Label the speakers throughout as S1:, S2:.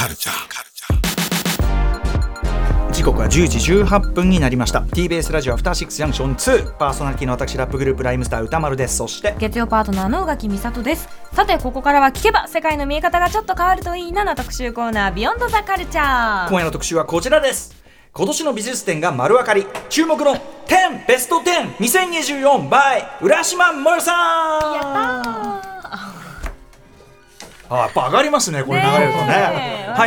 S1: カルチャー。
S2: 時刻は10時18分になりました。 TBS ラジオアフターシックスジャンクション2、パーソナリティの私ラップグループライムスター歌丸です。そして
S3: 月曜パートナーの宇垣美里です。さてここからは聞けば世界の見え方がちょっと変わるといいなの特集コーナービヨンドザカルチャー。
S2: 今夜の特集はこちらです。今年の美術展が丸分かり、注目の10ベスト 102024 by 浦島もよさん。
S3: やったー。
S2: やっぱ上がりますね、これ流れるとね。はい、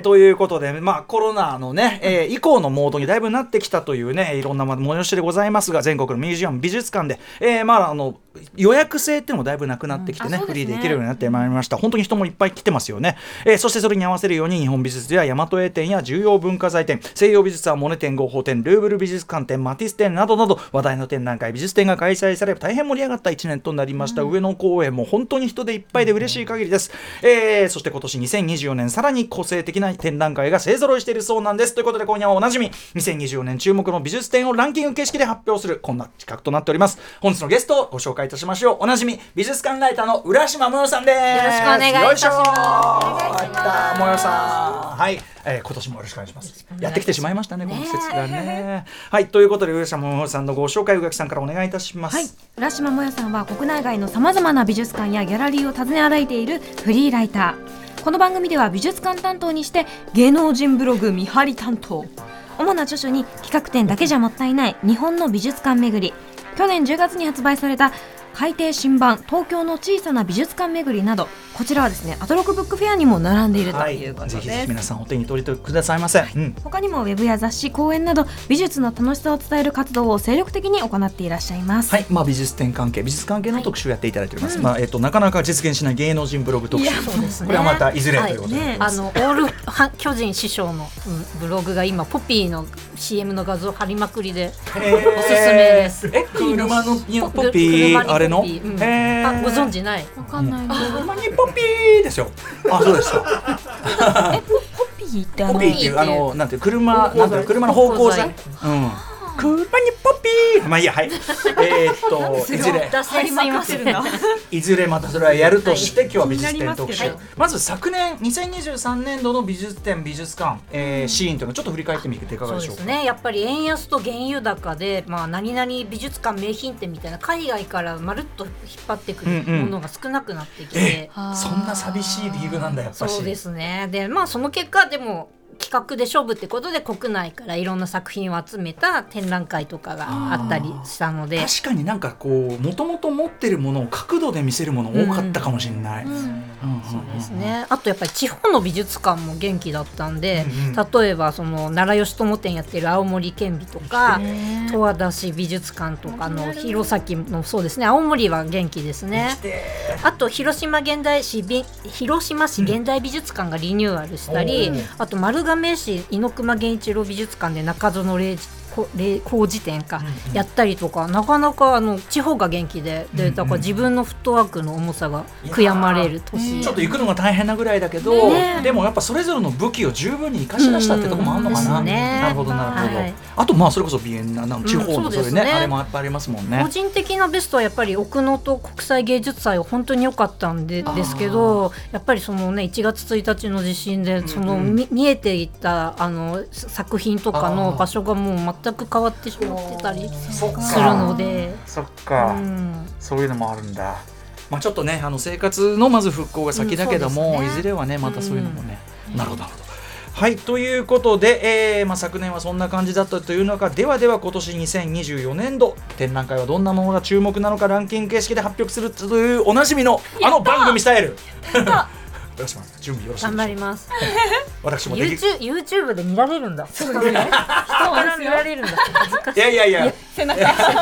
S2: ということで、コロナのね、以降のモードにだいぶなってきたというね、いろんな催しでございますが、全国のミュージアム美術館で、予約制っていうのもだいぶなくなってきてね、フリーで行けるようになってまいりました。本当に人もいっぱい来てますよね。そしてそれに合わせるように日本美術では大和絵展や重要文化財展、西洋美術はモネ展、ゴッホ展、ルーブル美術館展、マティス展などなど話題の展覧会、美術展が開催され大変盛り上がった1年となりました。上野公園も本当に人でいっぱいで嬉しい限りです。そして今年2024年さらに個性的な展覧会が勢ぞろいしているそうなんです。ということで今夜はおなじみ2024年注目の美術展をランキング形式で発表するこんな企画となっております。本日のゲストをご紹介いたしましょう。おなじみ美術館ライターの浦島もよさんです。
S3: よろしくお願いいたします。
S2: よいしょー、もよさん、はい、今年もよろしくお願いします。やってきてしまいましたね、この季節がね。はい、ということで浦島もよさんのご紹介、宇垣さんからお願いいたします。
S3: はい、浦島もよさんは国内外のさまざまな美術館やギャラリーを訪ね歩いているフリーライター。この番組では美術館担当にして芸能人ブログ見張り担当、主な著書に企画展だけじゃもったいない日本の美術館巡り、去年10月に発売された改訂新版東京の小さな美術館巡りなど、こちらはですねアトロクブックフェアにも並んでいるということです。
S2: ぜひぜひ皆さんお手に取りくださいませ。
S3: 他にもウェブや雑誌、講演など美術の楽しさを伝える活動を精力的に行っていらっしゃいます。
S2: はい、美術展関係、美術関係の特集をやっていただいております。なかなか実現しない芸能人ブログ特集、
S4: そうですね、
S2: これはまたいずれということで、
S4: オール巨人師匠の、ブログが今ポピーの CM の画像貼りまくりでおすすめです。
S2: 車のポピー、あれの、
S4: ご存知ない？
S3: わかんない。
S2: 車にポピーですよ。あ、そうですか。
S3: ポピーって
S2: ポピーっていうなんていう車の方向剤。車にポピー、いいや、はい。いずれいずれまたそれはやるとして、今日は美術展特集。まず昨年2023年度の美術展美術館、シーンというのをちょっと振り返ってみていかがでしょうか。
S4: そうですね、やっぱり円安と原油高で、何々美術館名品展みたいな海外からまるっと引っ張ってくるものが少なくなってきて、
S2: そんな寂しい理由なんだ、やっぱり。
S4: そうですね。でその結果でも企画で勝負ってことで国内からいろんな作品を集めた展覧会とかがあったりしたので、
S2: 確かになんかこうもともと持ってるものを角度で見せるもの多かったかもしれない。
S4: そうですね。あとやっぱり地方の美術館も元気だったんで、例えばその奈良吉友展やってる青森県美とか十和田市美術館とかの弘前の、そうですね、青森は元気ですね。あと広島市現代美術館がリニューアルしたり、あと丸亀市猪熊源一郎美術館で中園工事展やったりとか、なかなか地方が元気で、だから自分のフットワークの重さが悔やまれる年。
S2: ちょっと行くのが大変なぐらいだけど、でもやっぱそれぞれの武器を十分に生かし出したってところもあるのかな。なるほどなるほど。あとそれこそビエンナ地方のそれね、あれもやっぱありますもんね。
S4: 個人的なベストはやっぱり奥能登国際芸術祭は本当に良かったんですけど、やっぱりそのね1月1日の地震でその見えていた作品とかの場所がもう全く変わってしまってたりするので、
S2: そっか、そういうのもあるんだ。ちょっとね生活のまず復興が先だけども、いずれはねまたそういうのもね、なるほど。はい、ということで、昨年はそんな感じだったという中では今年2024年度展覧会はどんなものが注目なのかランキング形式で発表するというおなじみの番組スタイル。準備よろしいでしょうか。
S4: 頑張ります。
S2: 私も
S4: YouTube で見られるんだ。そうですね。人から見られるんだ。恥ずかしい。
S2: いや
S3: 背中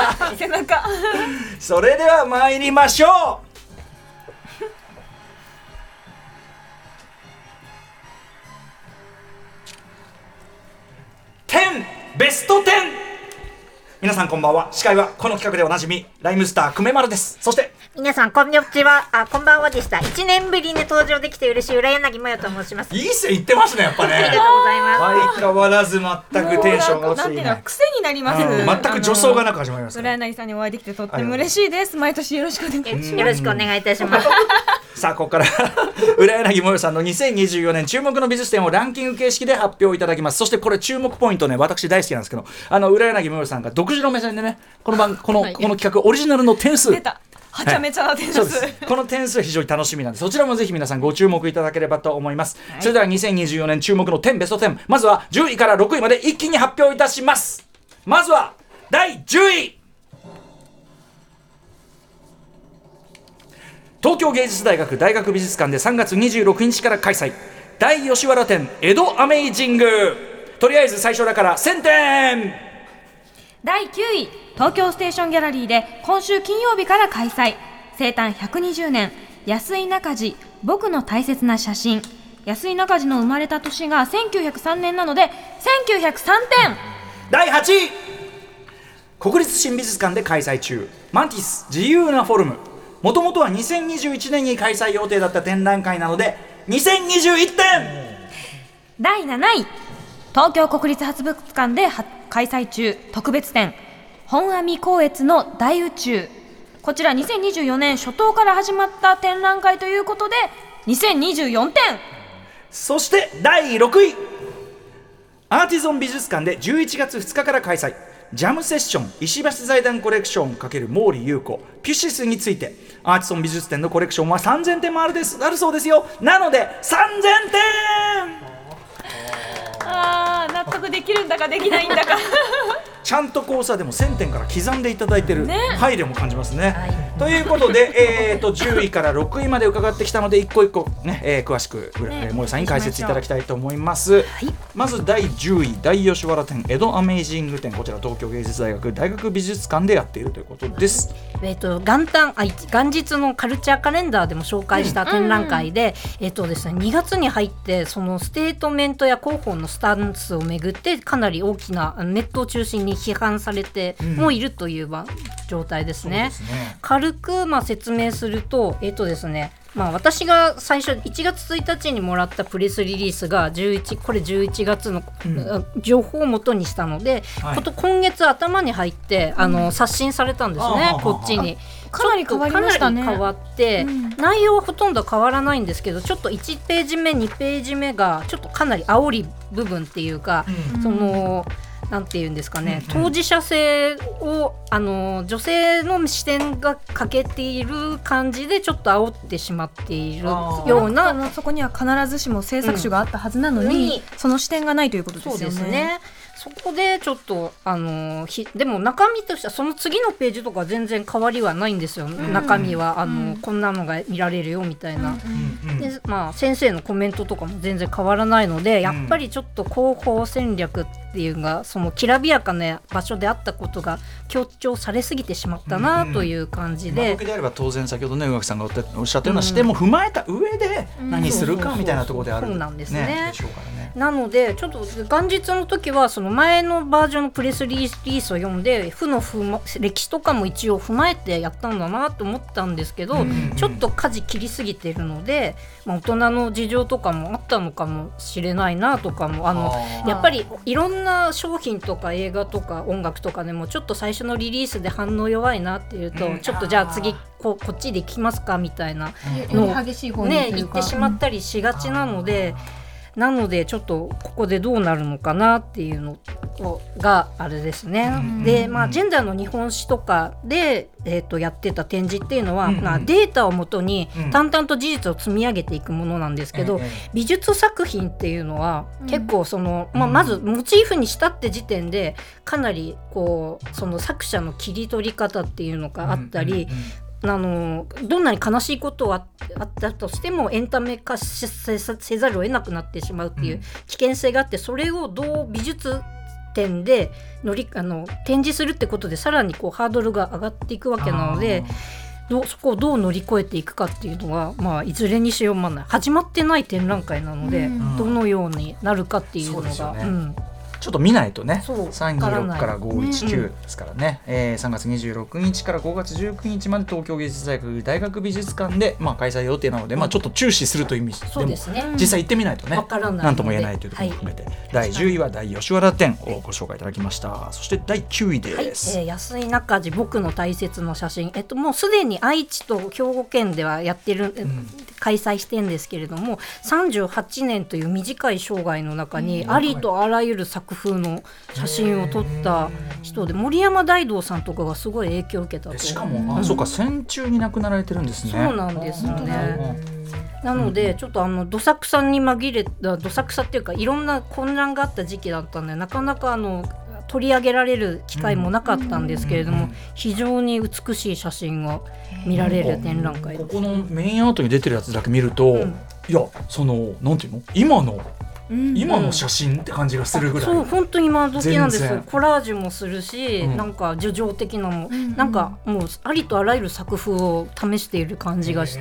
S2: それでは参りましょう。ベスト10。皆さんこんばんは。司会はこの企画でおなじみライムスター久米丸です。そして
S4: 皆さんこんにちは。こんばんはでした。1年ぶりに登場できて嬉しい浦柳まよと申します。
S2: いい線いってますね、やっぱね。
S4: ありがとうございます。
S2: 相変わらず全くテンションが落ちていない。
S3: 癖になります。
S2: 全く助走がなく始まります。
S3: 浦柳さんにお会いできてとっても嬉しいです。毎年よろしくお願いします。
S4: よろしくお願いいたします。
S2: さあここから浦柳もよさんの2024年注目の美術展をランキング形式で発表いただきます。そしてこれ注目ポイントね、私大好きなんですけど、浦柳もよさんが独自の目線でね、この企画オリジナルの点数
S3: 出た。はちゃめちゃな点数、
S2: そうです。この点数は非常に楽しみなんで、そちらもぜひ皆さんご注目いただければと思います、それでは2024年注目の10ベスト10、まずは10位から6位まで一気に発表いたします。まずは第10位、東京芸術大学大学美術館で3月26日から開催、大吉原展江戸アメイジング。とりあえず最初だから1000点。
S3: 第9位、東京ステーションギャラリーで今週金曜日から開催、生誕120年安井中地僕の大切な写真。安井中地の生まれた年が1903年なので1903点。
S2: 第8位、国立新美術館で開催中、マンティス自由なフォルム。もともとは2021年に開催予定だった展覧会なので2021点。
S3: 第7位、東京国立博物館で開催中特別展本阿弥光悦の大宇宙。こちら2024年初頭から始まった展覧会ということで2024点。
S2: そして第6位、アーティゾン美術館で11月2日から開催、ジャムセッション石橋財団コレクション×毛利優子ピュシスについて。アーティゾン美術展のコレクションは3000点もあるそうですよ。なので3000点。
S3: 納得できるんだかできないんだか
S2: ちゃんとこうさ、でも1000点から刻んでいただいてる、配慮も感じますね、ということで、10位から6位まで伺ってきたので一個一個ね、詳しくもよさんに解説いただきたいと思います、まず第10位、大吉原展江戸アメイジング展。こちら東京芸術大学大学美術館でやっているということです。
S4: 元日のカルチャーカレンダーでも紹介した展覧会で、ですね、2月に入ってそのステートメントや広報のスタンスをめぐってかなり大きなネットを中心に批判されてもいるという、状態ですね。軽く説明すると、ですね、私が最初1月1日にもらったプレスリリースが11月の、情報を元にしたので、今月頭に入って刷新されたんですね、こっちに。
S3: かなり変わりましたね。
S4: かなり変わって、内容はほとんど変わらないんですけど、ちょっと1ページ目2ページ目がちょっとかなり煽り部分っていうか、そのなんていうんですかね、当事者性を女性の視点が欠けている感じでちょっと煽ってしまっているような。
S3: そこには必ずしも制作種があったはずなのに、その視点がないということですよね。
S4: そうですね。そこでちょっとでも中身としてはその次のページとか全然変わりはないんですよ、中身はこんなのが見られるよみたいな、で先生のコメントとかも全然変わらないので、やっぱりちょっと広報戦略っていうのがそのきらびやかな場所であったことが強調されすぎてしまったなという感じで、
S2: 今時であれば当然先ほどね宇垣さんがおっしゃったような視点も踏まえた上で何するかみたいなところである。
S4: そうなんですね。
S2: でしょうからね。
S4: なのでちょっと元日の時はその前のバージョンのプレスリリースを読んで歴史とかも一応踏まえてやったんだなと思ったんですけど、ちょっと舵切りすぎているので、大人の事情とかもあったのかもしれないなとかもやっぱりいろんな商品とか映画とか音楽とかでもちょっと最初のリリースで反応弱いなっていうと、ちょっとじゃあ次こっちで行きますかみたいなのをね言ってしまったりしがちなので。なのでちょっとここでどうなるのかなっていうのがあれですね。で、ジェンダーの日本史とかで、やってた展示っていうのは、データをもとに淡々と事実を積み上げていくものなんですけど、美術作品っていうのは結構まずモチーフにしたって時点でかなりその作者の切り取り方っていうのがあったり、どんなに悲しいことはあったとしてもエンタメ化せざるを得なくなってしまうっていう危険性があって、それをどう美術展で展示するってことでさらにハードルが上がっていくわけなので、そこをどう乗り越えていくかっていうのは、いずれにしよう始まってない展覧会なので、どのようになるかっていうのが。
S2: ちょっと見ないとね。
S4: そう
S2: 326から519ですからね、3月26日から5月19日まで東京芸術大学大学美術館で、開催予定なので、ちょっと注視するという意味
S4: そうですね、
S2: 実際行ってみないとね、
S4: わからないので
S2: なんとも言えないというところも含めて、第10位は大吉原展をご紹介いただきました。そして第9位です。
S4: 安井中地僕の大切な写真、もうすでに愛知と兵庫県ではやってる、開催してるんですけれども、38年という短い生涯の中にありとあらゆる作風の写真を撮った人で、森山大道さんとかがすごい影響を受けたと。
S2: しかも、そうか、戦中に亡くなられてるんですね。
S4: そうなんですね。なのでちょっとどさくさに紛れた、どさくさっていうかいろんな混乱があった時期だったんで、なかなか取り上げられる機会もなかったんですけれども、非常に美しい写真が見られる展覧会です。
S2: ここのメインアートに出てるやつだけ見ると、いや、なんていうの、今の写真って感じがするぐらい、
S4: そう本当に今時なんです
S2: 全然。
S4: コラージュもするし、なんか叙情的なも、なんかもうありとあらゆる作風を試している感じがして、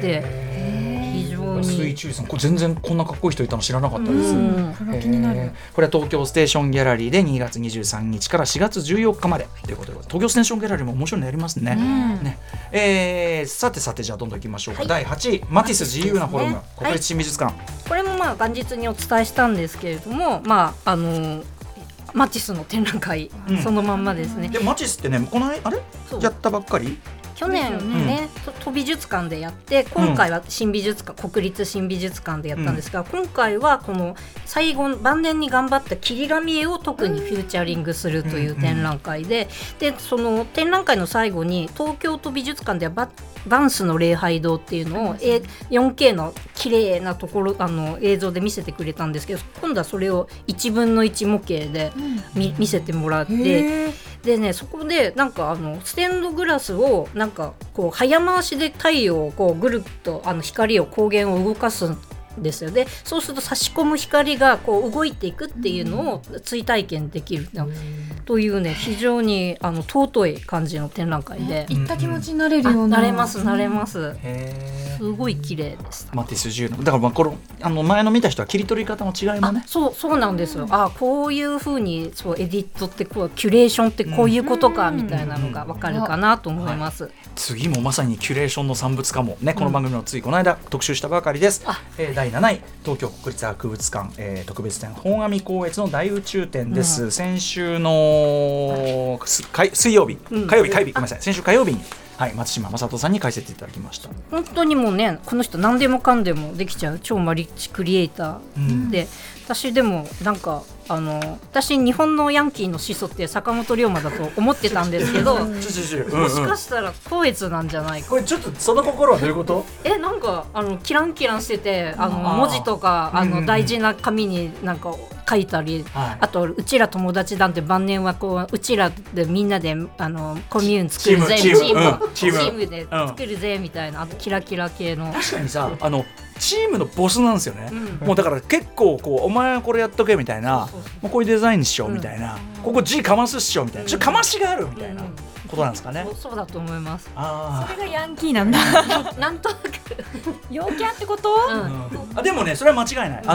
S4: 非常に
S2: 水中さん、これ全然こんなかっこいい人いたの知らなかったです。
S3: これ気になる。
S2: これは東京ステーションギャラリーで2月23日から4月14日までということで、東京ステーションギャラリーも面白いのやりますね。さてじゃあどんどんいきましょうか。第8位、マティス自由なフォルム、国立新美術館。
S4: これも元日にお伝えしたんですけれども、マティスの展覧会、そのまんまですね。
S2: でマティスってね、このあれやったばっかり。
S4: 去年ね、都美術館でやって、今回は新美術館、国立新美術館でやったんですが、今回はこの最後晩年に頑張った切り紙絵を特にフューチャリングするという展覧会で、その展覧会の最後に東京都美術館ではバンスの礼拝堂っていうのを 4K の綺麗なところ映像で見せてくれたんですけど、今度はそれを1分の1模型で見せてもらって、でね、そこでなんかステンドグラスをなんかこう早回しで太陽をこうぐるっと光を光源を動かすんですよ。でそうすると差し込む光がこう動いていくっていうのを追体験できるというね、非常に尊い感じの展覧会で、
S3: 行った気持ちになれるような。
S4: なれますすごい綺麗です。
S2: マティス10だから、この前の見た人は切り取り方の違いもね。
S4: そうなんですよ。こういう風にエディットってこうキュレーションってこういうことかみたいなのが分かるかなと思います。
S2: 次もまさにキュレーションの産物かもね。この番組のついこの間特集したばかりです。第7位、東京国立博物館、特別展本阿弥光悦の大宇宙展です。先週の水曜日、火曜日ごめんなさい、先週火曜日に松島正人さんに解説いただきました。
S4: 本当にもうね、この人何でもかんでもできちゃう超マルチクリエイターで、私でもなんか私日本のヤンキーの始祖って坂本龍馬だと思ってたんですけどもしかしたら光悦なんじゃないか。
S2: これちょっとその心はどういうこと？
S4: なんかキランキランしてて文字とか大事な紙になんか書いたり、あとうちら友達なんて晩年はこううちらでみんなでコミューン作るぜ、チームで作るぜみたいな、あとキラキラ系の。
S2: 確かにさ、チームのボスなんですよね。もうだから結構こうお前はこれやっとけみたいな、もうこういうデザインにしようみたいな、ここ G かますっしょみたいな、ちょっとかましがあるみたいなことなんですかね。
S4: そうだと思います。
S3: それがヤンキーなんだ。
S4: なんとなく
S3: 陽キャってこと？
S2: でもね、それは間違いない。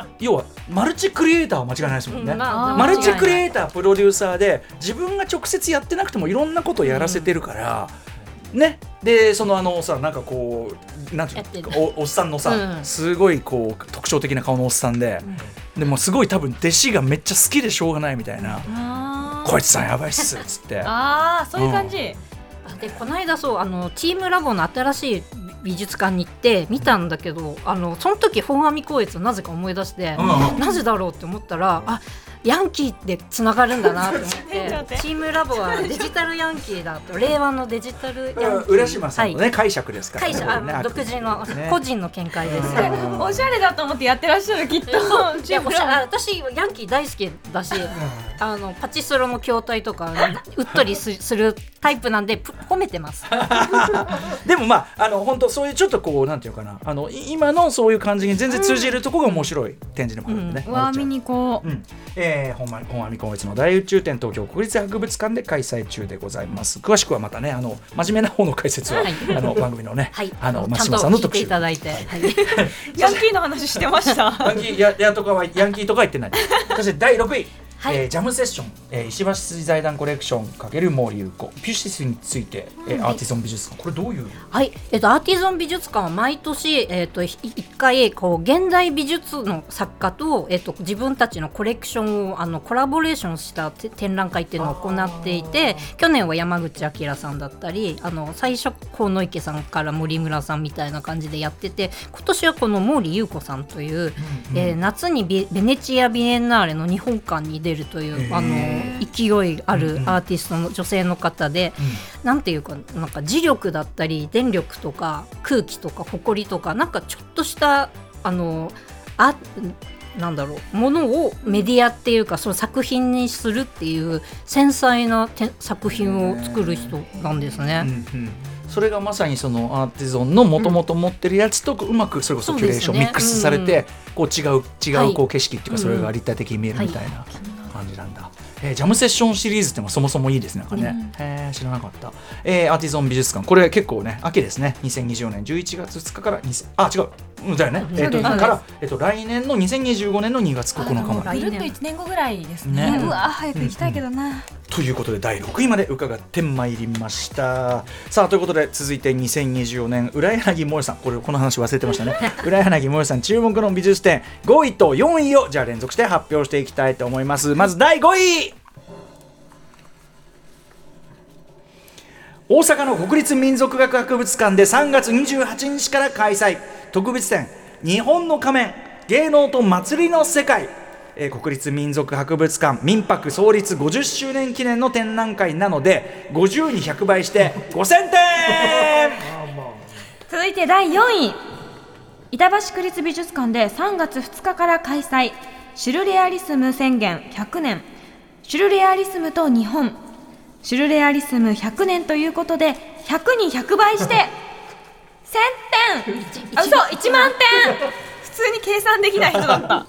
S2: 要はマルチクリエイターは間違いないですもんね。マルチクリエイタープロデューサーで自分が直接やってなくてもいろんなことをやらせてるから、ね。でさ、なんかこうなんていうの、おっさんのさ、すごいこう特徴的な顔のおっさんで、でもすごい多分弟子がめっちゃ好きでしょうがないみたいな、こいつさんやばいっすっつって
S3: そういう感じ。
S4: でこの間チームラボの新しい美術館に行って見たんだけど、その時本阿弥光悦をなぜか思い出して、なぜだろうって思ったら、ヤンキーってつながるんだなと思ってチームラボはデジタルヤンキーだと、令和のデジタルヤンキー、
S2: 浦島さんのね、解釈ですから
S4: ね、独自の個人の見解です。
S3: おしゃれだと思ってやってらっしゃるきっと。
S4: 私ヤンキー大好きだし、パチスロの筐体とかうっとりするタイプなんで褒めてます。
S2: でも本当そういうちょっとこうなんていうかな、今のそういう感じに全然通じるところが面白い展示でもあるんでね。
S3: 見に行こう。
S2: 本阿弥光悦の大宇宙展、東京国立博物館で開催中でございます。詳しくはまたね、真面目な方の解説は、番組のね、松島さんの特集
S4: いただいて、
S3: ヤンキーの話してました。
S2: ヤンキーとかは言ってない。そして第6位、
S4: はい、
S2: ジャムセッション、石橋筋財団コレクション×毛利優子ピュシスについて、アーティゾン美術館、これどういう、
S4: はい、アーティゾン美術館は毎年、1回こう現代美術の作家と、自分たちのコレクションをコラボレーションした展覧会っていうのを行っていて、去年は山口明さんだったり最初河野池さんから森村さんみたいな感じでやってて、今年はこの毛利優子さんという、夏にベネチアビエンナーレの日本館に出るという勢いあるアーティストの女性の方で、なんていうか、なんか磁力だったり電力とか空気とか埃とか、なんかちょっとしたなんだろう、ものをメディアっていうかその作品にするっていう繊細な作品を作る人なんですね。
S2: それがまさにそのアーティゾンのもともと持ってるやつとうまくそれこそキュレーションミックスされて、こう違うこう景色っていうか、それが立体的に見えるみたいな感じなんだ。ジャムセッションシリーズってのはそもそもいいですね。なんかね、知らなかった。アーティゾン美術館、これ結構ね秋ですね。2024年11月2日から違うだよね。から来年の2025年の2月9日まで。
S3: いるっと1年後ぐらいですね。うわ早く行きたいけどな。
S2: ということで第6位まで伺ってまいりました。さあということで続いて2024年浦柳萌さん、この話忘れてましたね。浦柳萌さん注目の美術展5位と4位をじゃあ連続して発表していきたいと思います。まず第5位、大阪の国立民族学博物館で3月28日から開催、特別展日本の仮面芸能と祭りの世界、国立民族博物館民泊創立50周年記念の展覧会なので50に100倍して5000点
S3: 続いて第4位、板橋区立美術館で3月2日から開催、シュルレアリスム宣言100年、シュルレアリスムと日本、シュルレアリスム100年ということで100に100倍して1000点嘘1万点普通に計算できない人だった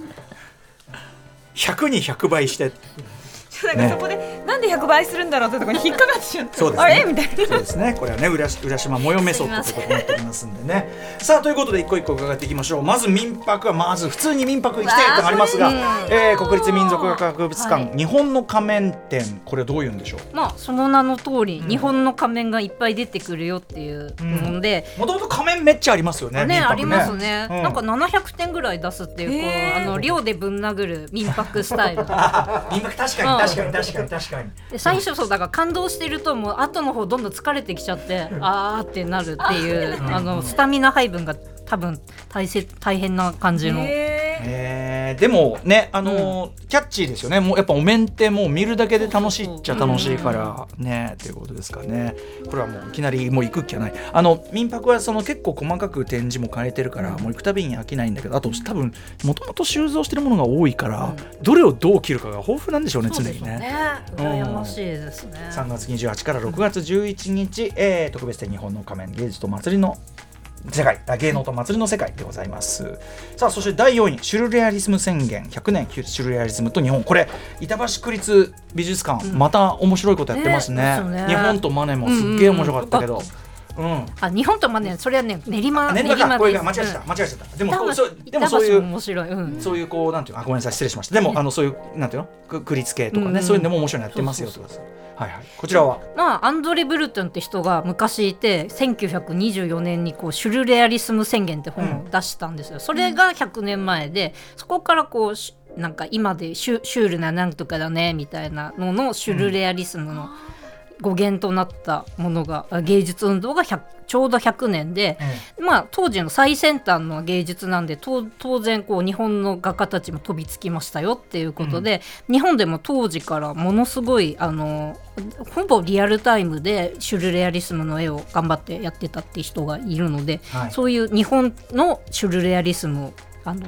S2: 100に100倍して
S3: なんかそこで、なんで100倍するんだろうというところに引っかかってしまって、
S2: そうですね、
S3: あれみたいな。
S2: そうですね、これはね浦島模様メソッドということになっておりますんでね。さあということで一個一個伺っていきましょう。まず民泊はまず普通に民泊行きたいとありますが、国立民族学博物館、日本の仮面展、これはどういうんでしょう。
S4: まあその名の通り、日本の仮面がいっぱい出てくるよっていうので、
S2: もともと仮面めっちゃありますよね。
S4: ありますね、なんか700点ぐらい出すっていう寮でぶん殴る民泊スタイル
S2: 民泊確かに
S4: で最初そうだから感動してるともう後の方どんどん疲れてきちゃってあーってなるっていうスタミナ配分が多分大変な感じの。
S2: でもねキャッチーですよね。もうやっぱお面ってもう見るだけで楽しいっちゃ楽しいからねっていうことですかね。これはもういきなりもう行くっきゃない。民泊はその結構細かく展示も変えてるからもう行くたびに飽きないんだけど、あと多分もともと収蔵してるものが多いから、どれをどう切るかが豊富なんでしょうね。常にね。
S4: 羨ましいですね。
S2: 3月28から6月11日、特別展日本の仮面芸術と祭りの世界、芸能と祭りの世界でございます。さあそして第4位、シュルレアリスム宣言100年、シュルレアリスムと日本、これ板橋区立美術館、また面白いことやってますね。日本とマネもすっげえ面白かったけど、
S4: 日本とマネ、それはね練馬です。
S2: これが間違えちゃった。でもそういう面白い、そういうこうなんていうの、ごめんなさい失礼しました。でもそういうなんていうの、区立系とかね、そういうのも面白いのやってますよとか。こちらは、
S4: アンドレ・ブルトンって人が昔いて1924年にこうシュルレアリスム宣言って本を出したんですよ。それが100年前で、そこからこうなんか今でシュールななんとかだねみたいなののシュルレアリスムの語源となったものが、芸術運動がちょうど100年で、当時の最先端の芸術なんで当然こう日本の画家たちも飛びつきましたよっていうことで、日本でも当時からものすごいほぼリアルタイムでシュルレアリスムの絵を頑張ってやってたって人がいるので、そういう日本のシュルレアリスムを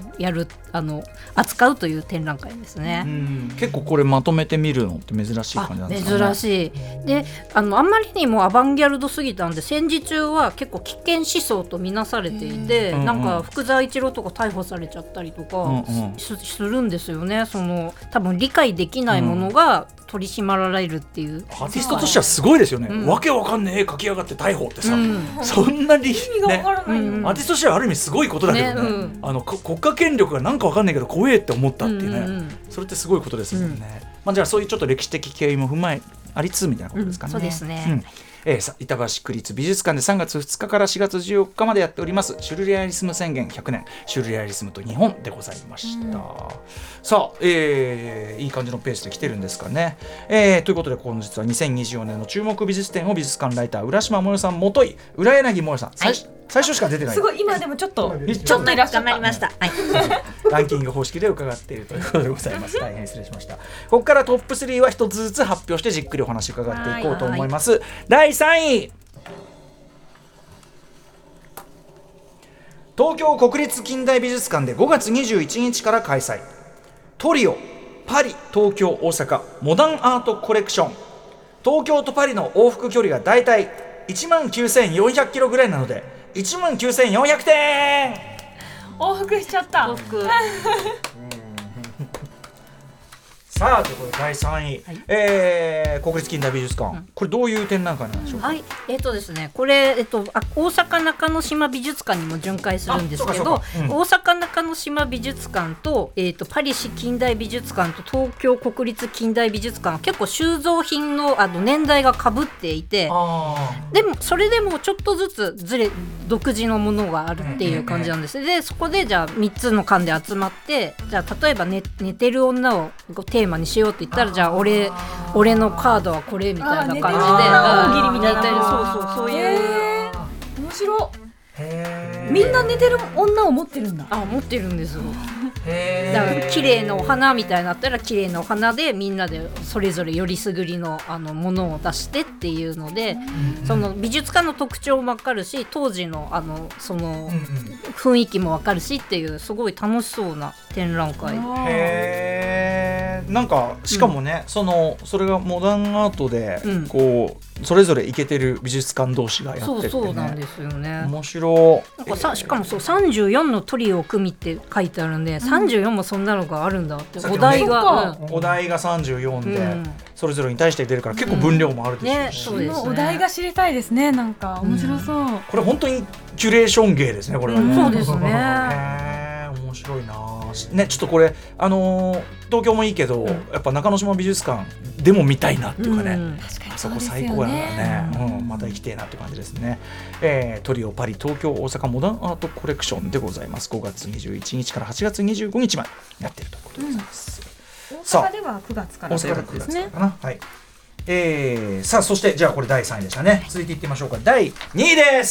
S4: 扱うという展覧会ですね。
S2: 結構これまとめて見るのって珍しい感じなんですかね。
S4: 珍しいで、あんまりにもアバンギャルドすぎたんで戦時中は結構危険思想とみなされていて、なんか福沢一郎とか逮捕されちゃったりとかするんですよね。その多分理解できないものが取り締まられるっていう。
S2: アーティストとしてはすごいですよね、
S4: うん、
S2: わけわかんねえ絵描きやがって逮捕ってさ、
S4: うん、
S2: そんなに、
S3: 意味がわからない、
S4: ね、
S2: アーティストとしてはある意味すごいことだけどね、国家権力がなんかわかんないけど怖えって思ったっていうね、それってすごいことですもんね、まあ、じゃあそういうちょっと歴史的経緯も踏まえありつつみたいなことですかね、
S4: そうですね、
S2: 板橋区立美術館で3月2日から4月14日までやっておりますシュルレアリスム宣言100年シュルレアリスムと日本でございました、さあ、いい感じのペースで来てるんですかね、ということで本日は2024年の注目美術展を美術館ライター浦島もよさんもとい浦柳もよさん、最初しか出てない。
S3: すごい今でもちょっといらっしゃった。
S4: 頑張りました。はい。
S2: ランキング方式で伺っているということでございます。大変失礼しました。ここからトップ3は一つずつ発表してじっくりお話伺っていこうと思います。第3位。東京国立近代美術館で5月21日から開催。トリオパリ東京大阪モダンアートコレクション。東京とパリの往復距離がだいたい19,400キロぐらいなので19,400点。
S3: 往復しちゃった。
S4: 往復
S2: さあということで第3位、国立近代美術館、これどういう展覧会なんでしょうか。
S4: はい、ですね、これ、大阪中之島美術館にも巡回するんですけど、大阪中之島美術館と、パリ市近代美術館と東京国立近代美術館は結構収蔵品の、年代が被っていて、でもそれでもちょっとずつ独自のものがあるっていう感じなんです。でそこでじゃあ3つの館で集まって、じゃあ例えば、寝てる女をテーマにしようって言ったら、じゃあ俺のカードはこれみたいな感じで、大喜利みたいな、そういう
S3: 面白い。みんな寝てる女を持ってるんだ。
S4: 持ってるんですよ。だから綺麗なお花みたいになったら綺麗なお花でみんなでそれぞれよりすぐりのものを出してっていうので、その美術館の特徴も分かるし、当時のその雰囲気も分かるしっていう、すごい楽しそうな展覧会。
S2: なんかしかもね、それがモダンアートでこう、それぞれイケてる美術館同士がやっててね、
S4: そうなんですよね。
S2: 面白い。
S4: なんかしかも34のトリオを組みって書いてあるんで、34もそんなのがあるんだって。お題が
S2: 34で、それぞれに対して出るから結構分量もあるでしょうし、
S3: そうですね、お題が知りたいですね。なんか面白そう、
S2: これ本当にキュレーション芸ですね、これはね、
S4: そうですね。
S2: 面白いなね。ちょっとこれ東京もいいけど、やっぱ中之島美術館でも見たいなっていうかね、あそこ最高やからね、また行きたいなって感じですね。トリオパリ東京大阪モダンアートコレクションでございます。5月21日から8月25日までやっているということでございます。
S3: 大阪では9月からということですね。
S2: はい。さあそしてじゃあこれ第3位でしたね。続いていってみましょうか。第2位です。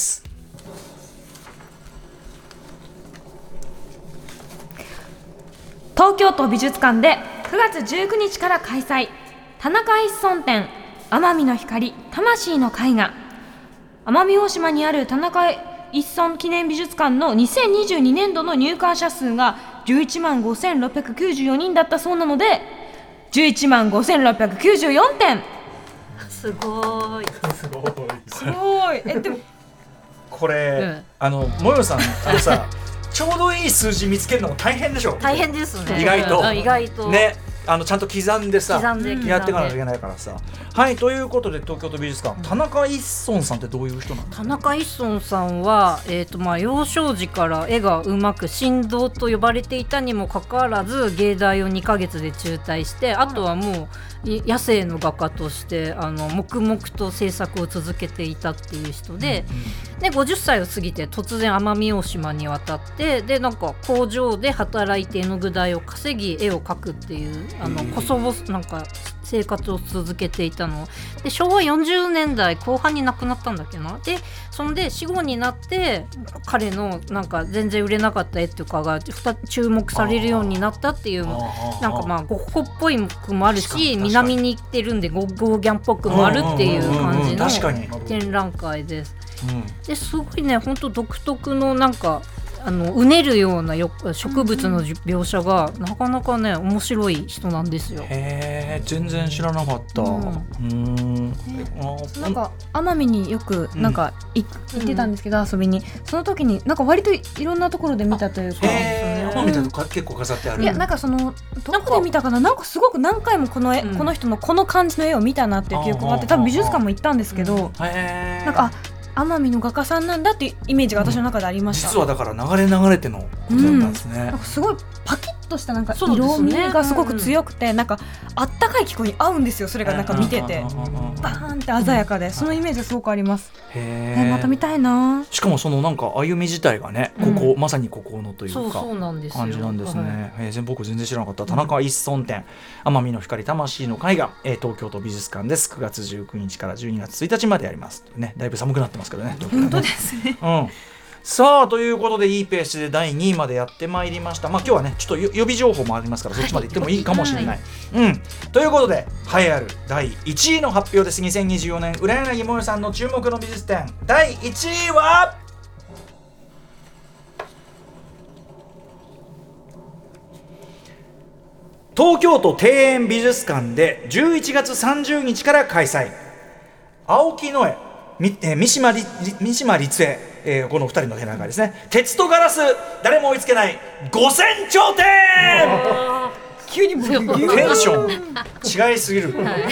S3: 東京都美術館で9月19日から開催、田中一村展奄美の光魂の絵画。奄美大島にある田中一村記念美術館の2022年度の入館者数が11万5694人だったそうなので、11万5694点。
S4: すごい
S3: すごい。でも
S2: これ、もよさんさちょうどいい数字見つけるのも大変でしょ。
S4: 大変ですね。
S2: 意外とね、ちゃんと刻んでさやっていかないといけないからさ。はい、ということで東京都美術館、田中一村さんってどういう人なんですか。
S4: 田中一村さんは、幼少時から絵がうまく神童と呼ばれていたにもかかわらず、芸大を2ヶ月で中退して、あとはもう野生の画家として黙々と制作を続けていたっていう人で、で50歳を過ぎて突然奄美大島に渡って、でなんか工場で働いて絵の具代を稼ぎ絵を描くっていう細々なんか生活を続けていたので、昭和40年代後半に亡くなったんだっけな。でそんで死後になって彼のなんか全然売れなかった絵とかが注目されるようになったっていう、なんかまあゴッホっぽいくもあるし、南に行ってるんでゴーギャンっぽくもあるっていう感じの展覧会です。ですごいね、本当独特のなんかうねるような植物の描写がなかなかね面白い人なんですよ。
S2: へー、全然知らなかった。
S3: なんか奄美によくなんか行ってたんですけど、遊びに。その時になんか割といろんなところで見たというか、
S2: の本見たと結構飾ってある。
S3: いやなんかそのどこで見たかな、なんかすごく何回もこの人のこの感じの絵を見たなっていう記憶があって、多分美術館も行ったんですけど、なんか奄美の画家さんなんだっていうイメージが私の中でありました。
S2: 実はだから流れてのことだったんですね。
S3: なんかすごいパキッとしたなんか色味がすごく強くて、なんかあったかい気候に合うんですよ。それがなんか見ててバーンって鮮やかで、そのイメージがすごくあります。また見たいな。
S2: しかもそのなんか歩み自体がね、ここまさにここのというか感じなんですね。僕全然知らなかった。田中一村展奄美の光魂の絵画、東京都美術館です。9月19日から12月1日までやりますね。だいぶ寒くなってますけどね。
S3: 本当ですね。
S2: さあということでいいペースで第2位までやってまいりました。今日はねちょっと予備情報もありますから、そっちまで行ってもいいかもしれない。ということで栄えある第1位の発表です。2024年浦柳もよさんの注目の美術展第1位は東京都庭園美術館で11月30日から開催、青木の絵三島律恵、この2人の展覧会ですね。鉄とガラス誰も追いつけない5000頂点
S3: 急に
S2: テンション違いすぎる、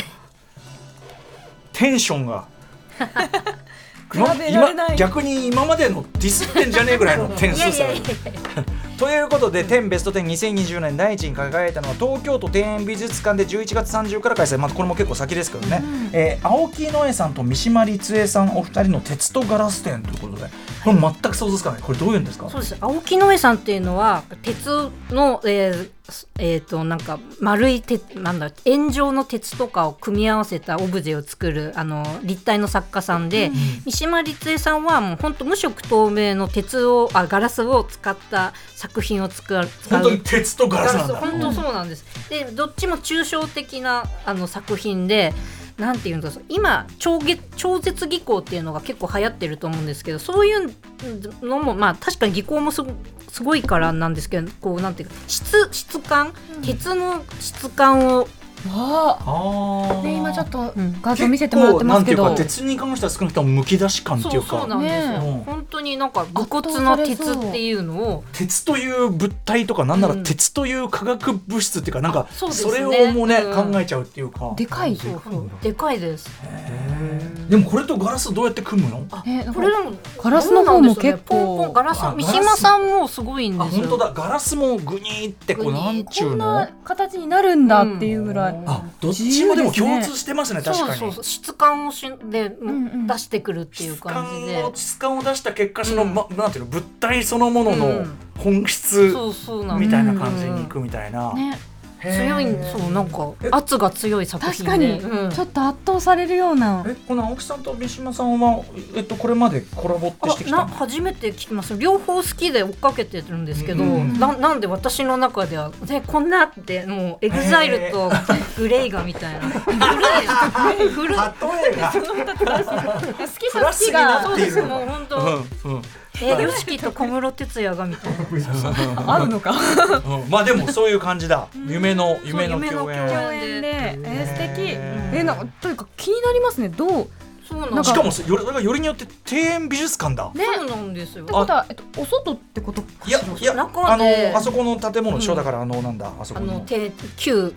S2: テンションが
S3: 比べられない。
S2: 逆に今までのディスってんじゃねえぐらいの点数差ということで10ベスト10 2020年第1位に輝いたのは東京都庭園美術館で11月30日から開催、これも結構先ですけどね、青木の絵さんと三島律恵さんお二人の鉄とガラス展ということで、これ全く想像つかない。これどういうんですか？
S4: そうです。青木の絵さんっていうのは鉄の、なんか丸い円状の鉄とかを組み合わせたオブジェを作る立体の作家さんで、三島律恵さんはもう本当無色透明のガラスを使った作品を使う。
S2: 本当に鉄とガラスなんだ。
S4: 本当そうなんです。でどっちも抽象的な作品で、なんていうんだろう、今超絶技巧っていうのが結構流行ってると思うんですけど、そういうのも確かに技巧もすごいからなんですけど、こうなんていうか質感、鉄の質感を
S3: 今ちょっと画像見せてもらってますけど、
S2: なんていうか鉄に関しては少なくともむき出し感っていうか、
S4: そうなんですよ、本当になんか武骨な鉄っていうのを、
S2: 鉄という物体とかなんなら鉄という化学物質っていうか、なんかそれをもうね考えちゃうっていうか、
S3: でかい
S4: でかいです。
S2: でもこれとガラスどうやって組むの？
S4: これでも
S3: ガラスの方も結構
S4: ガラス、三島さんもすごいんですよ。
S2: 本当だ、ガラスもグニーってこうなんちゅうの、
S3: こんな形になるんだっていうぐらい、
S2: どっちもでも共通してますね。確かに
S4: そう質感をで出してくるっていう感じで、
S2: 質感を出した結果、そのなんていうの、物体そのものの本質みたいな感じにいくみたいな。
S4: 強い、そうなんか圧が強い作品で、
S3: 確かにちょっと圧倒されるような。
S2: この青木さんと三島さんはこれまでコラボってしてきたの？
S4: 初めて聞きます。両方好きで追っかけてるんですけど、なんで私の中ではこんなってもうエグザイルとグレイがみたいな古い
S2: 例えが
S3: 好きと好きが
S4: そうです。もう本当YOSHIKIと小室哲哉がみたいな
S3: 合うのか
S2: でもそういう感じだ。夢の共演
S3: で素敵。というか気になりますね。どう
S2: しかもよりによって庭園美術館だ。
S4: そうなんですよ。
S3: ってことはお外ってことかしら？
S2: いやあそこの建物でしょ。だからなんだ、あそこの
S4: 旧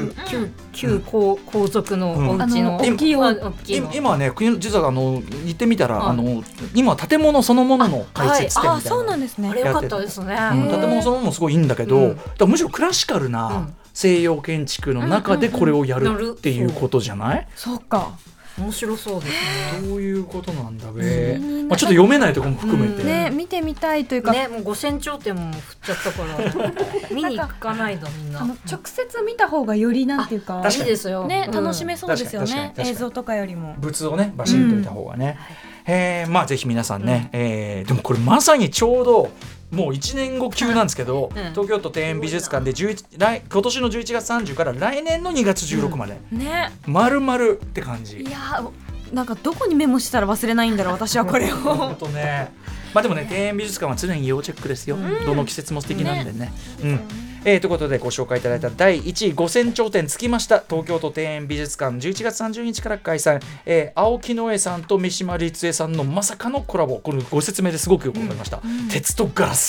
S4: 皇族のお家の
S3: 大きい
S2: 今ね、実は行ってみたら今建物そのものの解説展みたいな。
S3: そうなんですね。
S4: あれ良かったですね。
S2: 建物そのものもすごいいいんだけど、むしろクラシカルな西洋建築の中でこれをやるっていうことじゃない？
S3: そうか。
S4: 面白そうですね。
S2: そういうことなんだべ。ちょっと読めないところも含めて
S3: ね、見てみたいというか
S4: ね、もう5000頂点も振っちゃったから見に行かないとみんな
S3: 直接見た方がよりなんていうか
S4: いいですよ
S3: ね、楽しめそうですよね。映像とかよりも
S2: 物をねバシッと見た方がね。ぜひ皆さんね、でもこれまさにちょうどもう1年後級なんですけど、東京都庭園美術館で今年の11月30から来年の2月16まで、丸々って感じ。
S3: いやなんかどこにメモしたら忘れないんだろう私はこれを。
S2: 本当ね。でもね、庭園美術館は常に要チェックですよ。どの季節も素敵なんでね。ということでご紹介いただいた第1位5000頂点つきました東京都庭園美術館11月30日から開催、青木の絵さんと三島律恵さんのまさかのコラボ。これご説明ですごくよくわかりました。鉄とガラス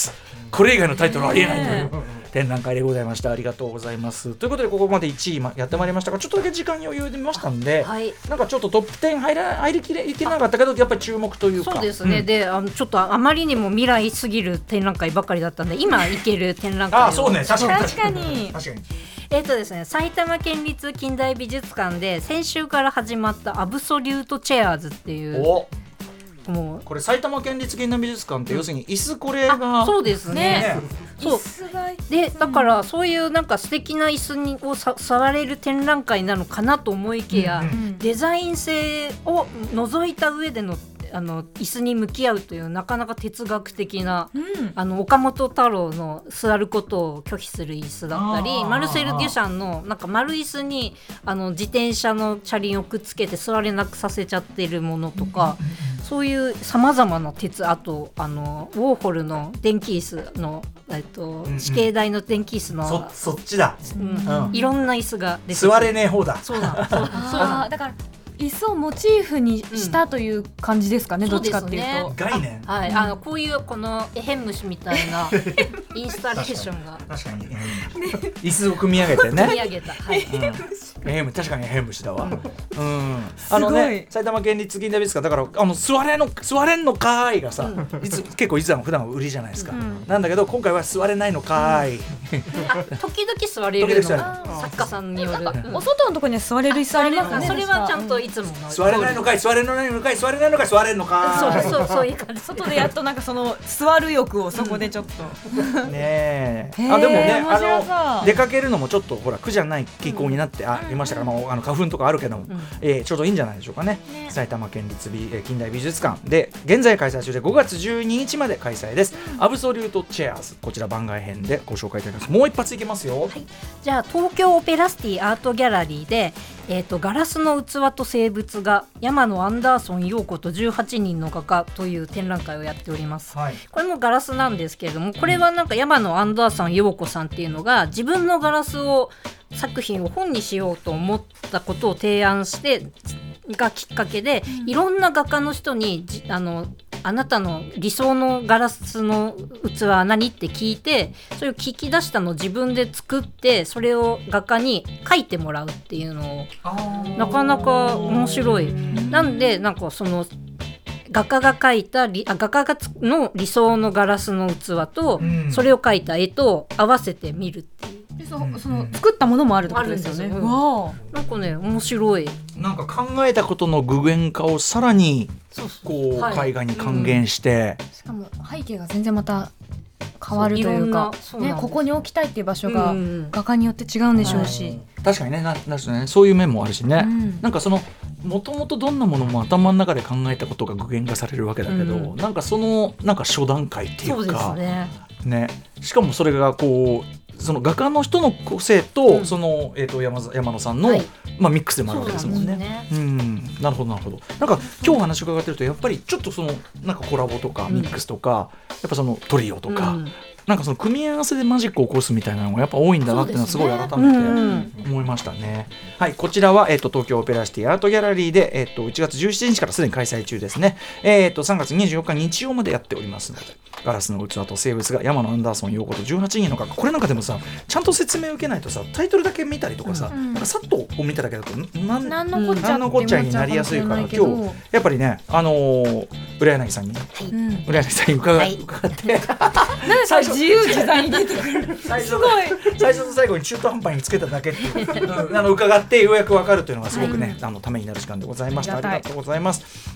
S2: これ以外のタイトルはありえないという展覧会でございました。ありがとうございます。ということでここまで1位やってまいりましたが、ちょっとだけ時間余裕で見ましたんで、なんかちょっとトップ10入りきれなかったけどやっぱり注目というか。
S4: そうですね、でちょっとあまりにも未来すぎる展覧会ばかりだったんで今行ける展覧会を
S2: そうね、確か
S3: に
S4: ですね、埼玉県立近代美術館で先週から始まったアブソリュートチェアーズっていう、もう
S2: これ埼玉県立近代美術館って要するに椅子これが、
S4: そうですね、そうでだからそういうなんか素敵な椅子を触れる展覧会なのかなと思いきや、デザイン性を除いた上での椅子に向き合うというなかなか哲学的な、岡本太郎の座ることを拒否する椅子だったり、マルセル・デュシャンのなんか丸椅子に自転車の車輪をくっつけて座れなくさせちゃってるものとか、そういうさまざまなあとウォーホルの電気椅子の、死刑台の電気椅子の
S2: そっちだ、
S4: いろんな椅子が出て
S2: 座れねえ方だ。
S4: そうだ
S3: だから椅子をモチーフにしたという感じですかね、どっちかっていうと
S2: 概念、
S4: こういうこのエヘン虫みたいなインスタレーションが
S2: 確かに椅子を組み上げてね、
S4: 組み上げた、
S2: 確かにエヘン虫だわ。埼玉県立近代美術館だから座れんのかーいがさ、結構いつも普段は売りじゃないですか、なんだけど今回は座れないのかーい、
S4: 時々座れるの作家さんによる、
S3: お外のところには座れる椅子ありますね。
S4: それはちゃんといつもの
S2: 座れないのかい、座れないのかい、座れないのかい、座れんのか
S4: い、そういう感じ。
S3: 外でやっとなんかその座る欲をそこでちょっと
S2: ねえ、でもね出かけるのもちょっとほら苦じゃない気候になっていましたから、花粉とかあるけども、ちょうどいいんじゃないでしょうかね。埼玉県立近代美術館で現在開催中で5月12日まで開催です。アブソリュートチェアーズ、こちら番外編でご紹介いただきます。もう一発いけますよ。
S4: じゃあ東京オペラシティアートギャラリーでガラスの器と生物画、山野アンダーソン陽子と18人の画家という展覧会をやっております、これもガラスなんですけれども、これはなんか山野アンダーソン陽子さんっていうのが自分のガラス作品を本にしようと思ったことを提案してがきっかけで、いろんな画家の人にあなたの理想のガラスの器は何って聞いて、それを聞き出したのを自分で作って、それを画家に描いてもらうっていうのをなかなか面白い。なんでなんかその画家が描いた画家の理想のガラスの器と、それを描いた絵と合わせて見るっていう。
S3: その作ったものもあるってことですよね。
S4: なんかね面白い。
S2: なんか考えたことの具現化をさらにこう絵画に還元して、
S3: しかも背景が全然また変わるというか、ここに置きたいっていう場所が画家によって違うんでしょうし、
S2: 確かにね、そういう面もあるしね、なんかそのもともとどんなものも頭の中で考えたことが具現化されるわけだけど、なんかそのなんか初段階っていうか、ね、しかもそれがこうその画家の人の個性と、その山野さんの、ミックスでもあるわけですもんね。なるほどなるほど。なんか今日お話伺ってるとやっぱりちょっとそのなんかコラボとかミックスとか、やっぱそのトリオとか、なんかその組み合わせでマジックを起こすみたいなのがやっぱ多いんだなっていうのはすごい改めて思いましたね。はい、こちらは、東京オペラシティアートギャラリーで、1月17日からすでに開催中ですね。3月24日日曜までやっておりますので、ガラスの器と生物が山野アンダーソン陽子と18人の画家、これなんかでもさちゃんと説明を受けないとさ、タイトルだけ見たりとかさ、なんかさっと見ただけだと何のこっちゃになりやすいから、今日やっぱりね浦柳さんに伺って
S3: 最初自由自在に出てくるすごい
S2: 最初と最後に中途半端につけただけっていう伺ってようやく分かるというのがすごくね、ためになる時間でございました。ありがとうございます。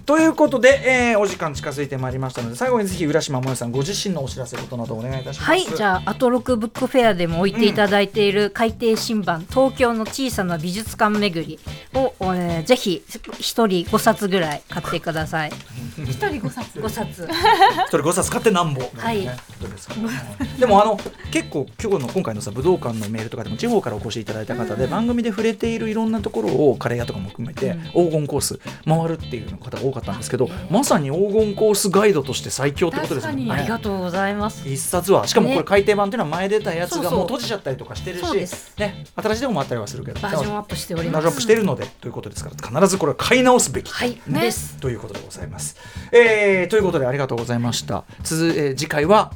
S2: ということで、お時間近づいてまいりましたので、最後にぜひ浦島萌さんご自身のお知らせことなどお願いいたします。
S4: はい、じゃあアトロクブックフェアでも置いていただいている改訂新版、東京の小さな美術館巡りを、ぜひ1人5冊ぐらい買ってください。
S3: 1人5冊
S2: 1人5冊買ってなんぼ、
S4: はい、
S2: でも結構今回のさ武道館のメールとかでも地方からお越しいただいた方で、番組で触れているいろんなところをカレー屋とかも含めて、黄金コース回るっていう方が多かったんですけど、まさに黄金コースガイドとして最強ってことですもんね。
S4: ありがとうございます。
S2: 一冊はしかもこれ改訂版っていうのは前出たやつがもう閉じちゃったりとかしてるし、ね、新しいのもあったりはするけど
S4: バージョンアップしております。
S2: バージョンアップしているのでということですから、必ずこれは買い直すべき、ですということでございます。ということでありがとうございました。次回はじゃあ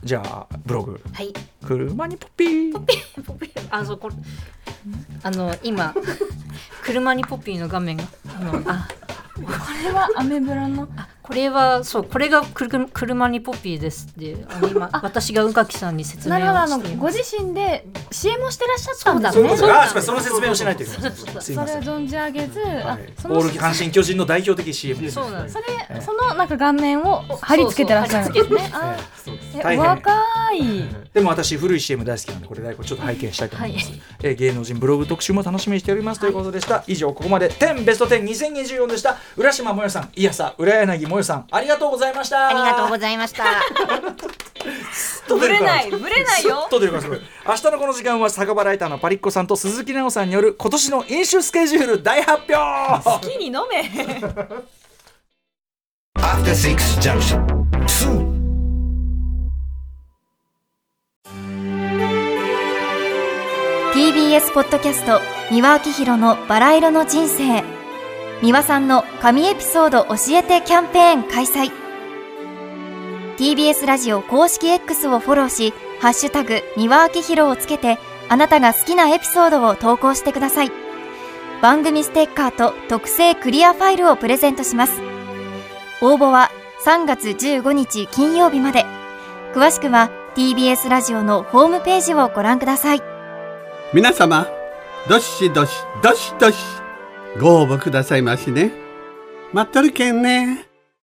S2: ブログ、
S4: はい、
S2: 車にポピー
S4: そうこれ今車にポピーの画面が
S3: これはアメブラの
S4: これはそうこれが車にポピーですって今私が宇垣さんに説明をしています。
S3: なるほど、ご自身で CM をしてらっしゃったんですね。
S2: その説明をしないといけない。
S3: それを存じ上げず、
S2: オール阪神巨人の代表的 CM です。
S4: そうなんです。
S3: そのなんか顔面を貼り付けてらっしゃるんですね。若い。
S2: でも私古い CM 大好きなんでこれちょっと拝見したいと思います。芸能人ブログ特集も楽しみにしておりますということでした。以上ここまで10ベスト10 2024でした。浦島もよさん、いやさ浦柳もよさん、ありがとうございました。
S4: ありがとうございました。
S3: ぶれないよ。
S2: 明日のこの時間は酒場ライターのパリッコさんと鈴木奈緒さんによる今年の飲酒スケジュール大発表。
S3: 好きに飲め。
S1: After Six Junction 2。
S5: TBS ポッドキャスト三輪明宏のバラ色の人生、三輪さんの神エピソード教えてキャンペーン開催。 TBS ラジオ公式 X をフォローし、ハッシュタグ三輪明宏をつけてあなたが好きなエピソードを投稿してください。番組ステッカーと特製クリアファイルをプレゼントします。応募は3月15日金曜日まで。詳しくは TBS ラジオのホームページをご覧ください。
S6: 皆様どしどしどしどしご応募くださいましね。待っとるけんね。